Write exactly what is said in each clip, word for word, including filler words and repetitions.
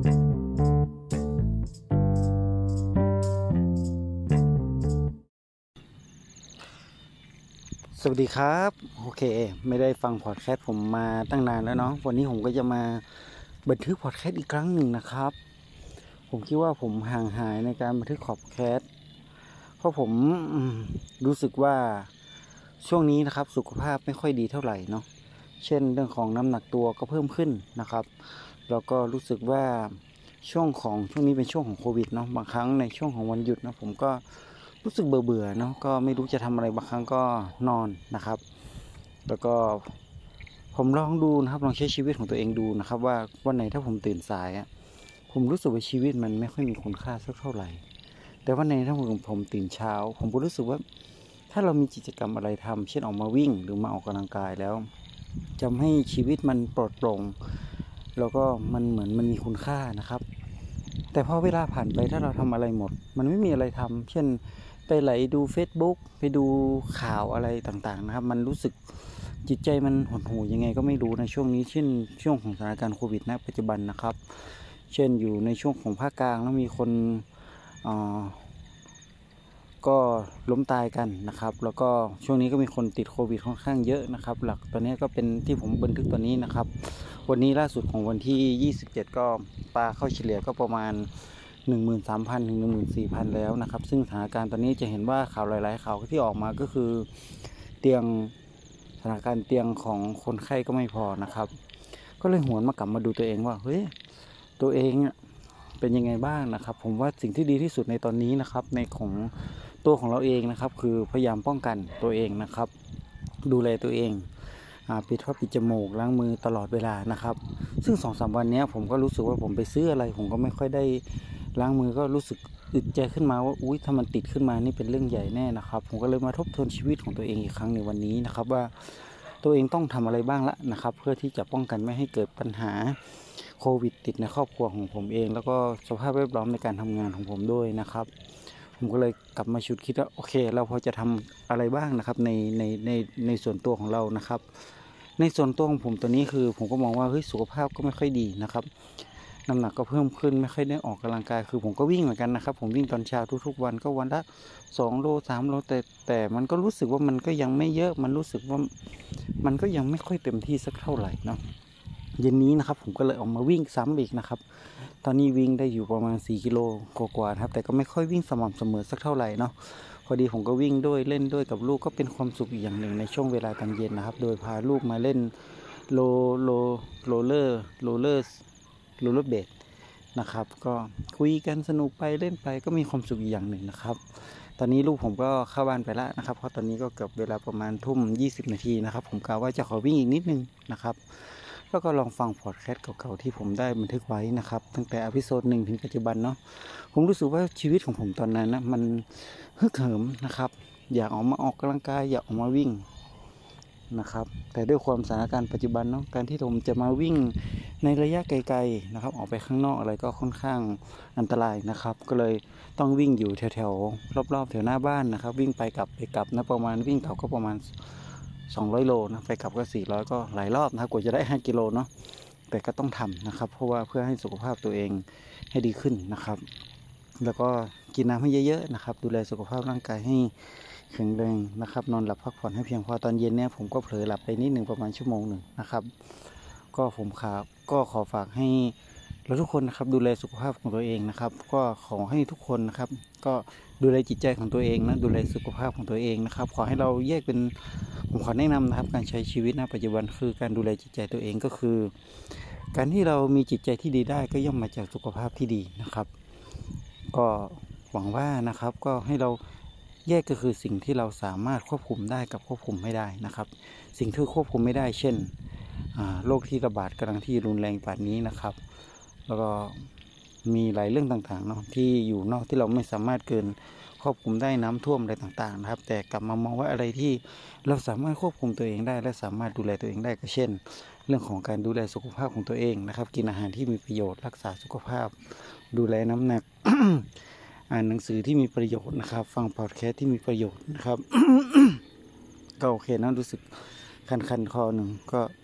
สวัสดีครับโอเคไม่ได้ฟังพอดแคสต์ผมมาตั้งนานแล้วเนาะวันนี้ผมก็จะมาบันทึกพอดแคสต์อีกครั้งหนึ่งนะครับผมคิดว่าผมห่างหายในการบันทึกพอดแคสต์เพราะผมรู้สึกว่าช่วงนี้นะครับสุขภาพไม่ค่อยดีเท่าไหร่เนาะเช่นเรื่องของน้ำหนักตัวก็เพิ่มขึ้นนะครับแล้วก็รู้สึกว่าช่วงของช่วงนี้เป็นช่วงของโควิดเนาะบางครั้งในช่วงของวันหยุดนะผมก็รู้สึกเบื่อเบื่อเนาะก็ไม่รู้จะทำอะไรบางครั้งก็นอนนะครับแล้วก็ผมลองดูนะครับลองใช้ชีวิตของตัวเองดูนะครับว่าวันไหนถ้าผมตื่นสายอะผมรู้สึกว่าชีวิตมันไม่ค่อยมีคุณค่าสักเท่าไหร่แต่วันไหนถ้าผมผมตื่นเช้าผมก็รู้สึกว่าถ้าเรามีกิจกรรมอะไรทำเช่นออกมาวิ่งหรือมาออกกำลังกายแล้วจะให้ชีวิตมันปลอดโปร่งแล้วก็มันเหมือนมันมีคุณค่านะครับแต่พอเวลาผ่านไปถ้าเราทำอะไรหมดมันไม่มีอะไรทำเช่นไปไหลดู Facebook ไปดูข่าวอะไรต่างๆนะครับมันรู้สึกจิตใจมันหดหู่ยังไงก็ไม่รู้ในช่วงนี้เช่นช่วงของสถานการณ์โควิดณปัจจุบันนะครับเช่นอยู่ในช่วงของภาคกลางแล้วมีคนอ่าก็ล้มตายกันนะครับแล้วก็ช่วงนี้ก็มีคนติดโควิดค่อนข้างเยอะนะครับหลักตอนนี้ก็เป็นที่ผมบันทึกตอนนี้นะครับวันนี้ล่าสุดของวันที่ยี่สิบเจ็ดก็ปลาเข้าเฉลี่ยก็ประมาณ หนึ่งหมื่นสามพัน ถึง หนึ่งหมื่นสี่พัน แล้วนะครับซึ่งสถานการณ์ตอนนี้จะเห็นว่าข่าวหลายๆข่าวที่ออกมาก็คือเตียงสถานการณ์เตียงของคนไข้ก็ไม่พอนะครับก็เลยหวนมากลับมาดูตัวเองว่าเฮ้ยตัวเองเป็นยังไงบ้างนะครับผมว่าสิ่งที่ดีที่สุดในตอนนี้นะครับในของตัวของเราเองนะครับคือพยายามป้องกันตัวเองนะครับดูแลตัวเองปิดท่อปิดจมูกล้างมือตลอดเวลานะครับซึ่ง สองสาม วันนี้ผมก็รู้สึกว่าผมไปซื้ออะไรผมก็ไม่ค่อยได้ล้างมือก็รู้สึกอึดใจขึ้นมาว่าอุ๊ยถ้ามันติดขึ้นมานี่เป็นเรื่องใหญ่แน่นะครับผมก็เลยมาทบทวนชีวิตของตัวเองอีกครั้งในวันนี้นะครับว่าตัวเองต้องทำอะไรบ้างละนะครับเพื่อที่จะป้องกันไม่ให้เกิดปัญหาโควิดติดในครอบครัวของผมเองแล้วก็สภาพแวดล้อมในการทำงานของผมด้วยนะครับผมก็เลยกลับมาชุดคิดว่าโอเคเราพอจะทำอะไรบ้างนะครับในในในในส่วนตัวของเรานะครับในส่วนตัวของผมตัวนี้คือผมก็มองว่าเฮ้ยสุขภาพก็ไม่ค่อยดีนะครับน้ำหนักก็เพิ่มขึ้นไม่ค่อยได้ออกกำลังกายคือผมก็วิ่งเหมือนกันนะครับผมวิ่งตอนเช้าทุกๆวันก็วันละสองโลสามโลแต่แต่มันก็รู้สึกว่ามันก็ยังไม่เยอะมันรู้สึกว่ามันก็ยังไม่ค่อยเต็มที่สักเท่าไหร่เนาะเย็นนี้นะครับผมก็เลยออกมาวิ่งซ้ำอีกนะครับตอนนี้วิ่งได้อยู่ประมาณสี่กิโลกว่าๆครับแต่ก็ไม่ค่อยวิ่งสม่ำเสมอสักเท่าไหร่เนาะพอดีผมก็วิ่งด้วยเล่นด้วยกับลูกก็เป็นความสุขอีกอย่างหนึ่งในช่วงเวลาตอนเย็นนะครับโดยพาลูกมาเล่นโลโลโรเลอร์โรเลอร์โรเลอร์เบดนะครับก็คุยกันสนุกไปเล่นไปก็มีความสุขอีกอย่างหนึ่งนะครับตอนนี้ลูกผมก็เข้าบ้านไปแล้วนะครับเพราะตอนนี้ก็เกือบเวลาประมาณทุ่มยี่สิบนาทีนะครับผมกะว่าจะขอวิ่งอีกนิดนึงนะครับแล้วก็ลองฟังพอดแคสต์เก่าๆที่ผมได้บันทึกไว้นะครับตั้งแต่อพิโซดหนึ่งถึงปัจจุบันเนาะผมรู้สึกว่าชีวิตของผมตอนนั้นนะมันฮึกเหิมนะครับอยากออกมาออกกำลังกายอยากออกมาวิ่งนะครับแต่ด้วยความสถานการณ์ปัจจุบันเนาะการที่ผมจะมาวิ่งในระยะไกลๆนะครับออกไปข้างนอกอะไรก็ค่อนข้างอันตรายนะครับก็เลยต้องวิ่งอยู่แถวๆรอบๆแถวหน้าบ้านนะครับวิ่งไปกลับไปกลับนะประมาณวิ่งเขาก็ประมาณสองร้อยโลนะไปกลับก็สี่ร้อยก็หลายรอบนะครับกว่าจะได้ห้ากิโลเนาะแต่ก็ต้องทำนะครับเพราะว่าเพื่อให้สุขภาพตัวเองให้ดีขึ้นนะครับแล้วก็กินน้ำให้เยอะๆนะครับดูแลสุขภาพร่างกายให้แข็งแรงนะครับนอนหลับพักผ่อนให้เพียงพอตอนเย็นเนี่ยผมก็เผลอหลับไปนิดหนึ่งประมาณชั่วโมงหนึ่งนะครับก็ผมขาก็ขอฝากให้เราทุกคนนะครับดูแลสุขภาพของตัวเองนะครับก็ขอให้ทุกคนนะครับก็ดูแลจิตใจของตัวเองนะดูแลสุขภาพของตัวเองนะครับขอให้เราแยกเป็นผมขอแนะนำนะครับการใช้ชีวิตณปัจจุบันคือการดูแลจิตใจตัวเองก็คือการที่เรามีจิตใจที่ดีได้ก็ย่อมมาจากสุขภาพที่ดีนะครับก็หวังว่านะครับก็ให้เราแยกก็คือสิ่งที่เราสามารถควบคุมได้กับควบคุมไม่ได้นะครับสิ่งที่ควบคุมไม่ได้เช่นโรคที่ระบาดกำลังที่รุนแรงป่านนี้นะครับแล้วก็มีหลายเรื่องต่างๆเนาะที่อยู่นอกที่เราไม่สามารถเกินควบคุมได้น้ำท่วมอะไรต่างๆนะครับแต่กลับมามองว่าอะไรที่เราสามารถควบคุมตัวเองได้และสามารถดูแลตัวเองได้ก็เช่นเรื่องของการดูแลสุขภาพของตัวเองนะครับกินอาหารที่มีประโยชน์รักษาสุขภาพดูแลน้ำหนัก อ่านหนังสือที่มีประโยชน์นะครับฟังพอดแคสต์ที่มีประโยชน์นะครับ ก็โอเคนะรู้สึกคันๆคอหนึ่งก็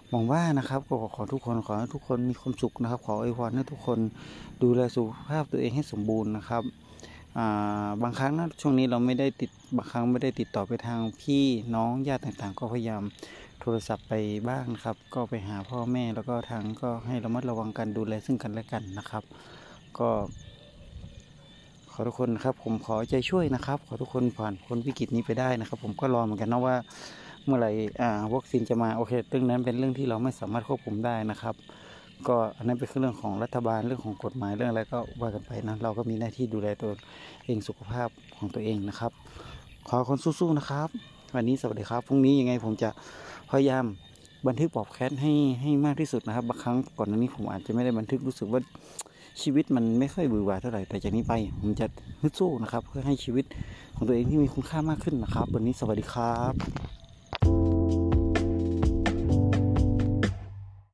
หวังว่านะครับก็ขอทุกคนขอให้ทุกคนมีความสุขนะครับขออวยพรให้ทุกคนดูแลสุขภาพตัวเองให้สมบูรณ์นะครับบางครั้งนะช่วงนี้เราไม่ได้ติดบางครั้งไม่ได้ติดต่อไปทางพี่น้องญาติต่างๆก็พยายามโทรศัพท์ไปบ้างนะครับก็ไปหาพ่อแม่แล้วก็ทางก็ให้ระมัดระวังกันดูแลซึ่งกันและกันนะครับก็ขอทุกคนนะครับผมขอใจช่วยนะครับขอทุกคนผ่านพ้นวิกฤตนี้ไปได้นะครับผมก็รอเหมือนกันนะว่าเมื่อไหร่วัคซีนจะมาโอเคเรื่องนั้นเป็นเรื่องที่เราไม่สามารถควบคุมได้นะครับก็อันนั้นเป็นเรื่องของรัฐบาลเรื่องของกฎหมายเรื่องอะไรก็ว่ากันไปนะเราก็มีหน้าที่ดูแลตัวเองสุขภาพของตัวเองนะครับขอคนสู้ๆนะครับวันนี้สวัสดีครับพรุ่งนี้ยังไงผมจะพยายามบันทึกพอดแคสต์ให้ให้มากที่สุดนะครับบางครั้งก่อนหน้านี้ผมอาจจะไม่ได้บันทึกรู้สึกว่าชีวิตมันไม่ค่อยบือหวาเท่าไหร่แต่จากนี้ไปผมจะฮึดสู้นะครับเพื่อให้ชีวิตของตัวเองที่มีคุณค่ามากขึ้นนะครับวันนี้สวัสดีครับ